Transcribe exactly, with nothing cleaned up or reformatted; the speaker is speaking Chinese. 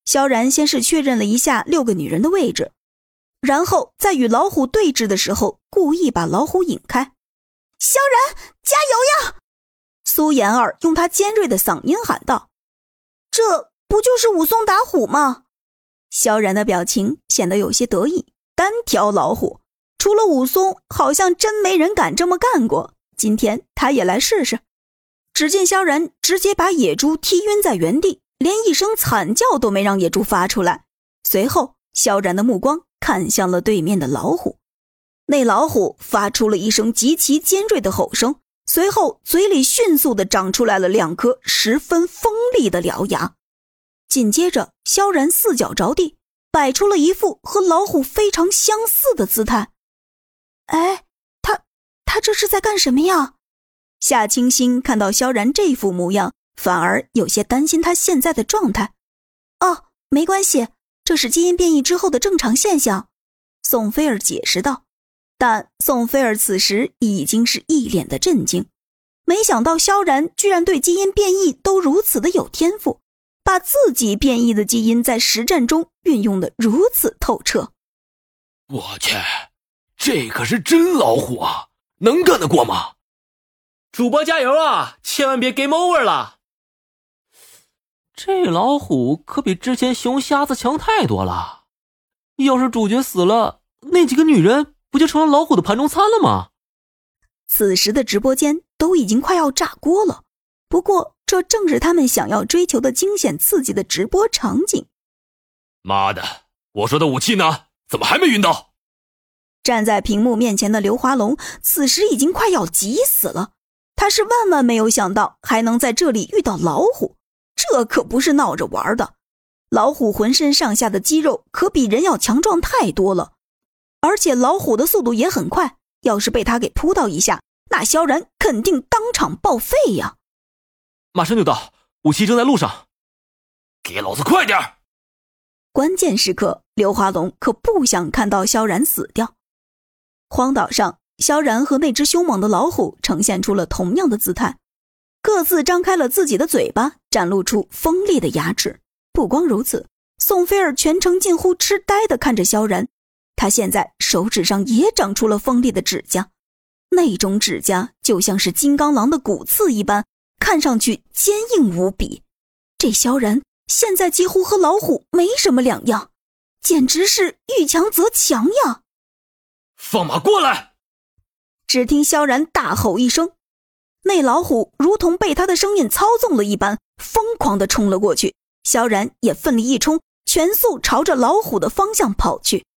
萧然先是确认了一下六个女人的位置，然后在与老虎对峙的时候故意把老虎引开。萧然，加油呀！苏妍儿用她尖锐的嗓音喊道。这不就是武松打虎吗？萧然的表情显得有些得意，单挑老虎，除了武松好像真没人敢这么干过，今天他也来试试。只见萧然直接把野猪踢晕在原地，连一声惨叫都没让野猪发出来。随后萧然的目光看向了对面的老虎，那老虎发出了一声极其尖锐的吼声，随后嘴里迅速地长出来了两颗十分锋利的獠牙。紧接着萧然四脚着地，摆出了一副和老虎非常相似的姿态。哎，他他这是在干什么呀？夏清新看到萧然这副模样，反而有些担心他现在的状态。哦，没关系，这是基因变异之后的正常现象，宋菲儿解释道。但宋菲儿此时已经是一脸的震惊，没想到萧然居然对基因变异都如此的有天赋，把自己变异的基因在实战中运用得如此透彻。 我去，这可是真老虎啊，能干得过吗？ 主播加油啊，千万别 game over 了。 这老虎可比之前熊瞎子强太多了，要是主角死了，那几个女人不就成了老虎的盘中餐了吗？ 此时的直播间都已经快要炸锅了，不过这正是他们想要追求的惊险刺激的直播场景。 妈的，我说的武器呢？怎么还没晕倒？ 站在屏幕面前的刘华龙此时已经快要急死了，他是万万没有想到还能在这里遇到老虎，这可不是闹着玩的。老虎浑身上下的肌肉可比人要强壮太多了，而且老虎的速度也很快，要是被他给扑到一下，那萧然肯定当场报废呀。 马上就到，武器正在路上。 给老子快点！ 关键时刻，刘华龙可不想看到萧然死掉。荒岛上，萧然和那只凶猛的老虎呈现出了同样的姿态，各自张开了自己的嘴巴，展露出锋利的牙齿。不光如此，宋菲儿全程近乎痴呆地看着萧然，他现在手指上也长出了锋利的指甲，那种指甲就像是金刚狼的骨刺一般，看上去坚硬无比。这萧然现在几乎和老虎没什么两样，简直是遇强则强呀！ 放马过来！ 只听萧然大吼一声，那老虎如同被他的声音操纵了一般，疯狂地冲了过去。萧然也奋力一冲，全速朝着老虎的方向跑去。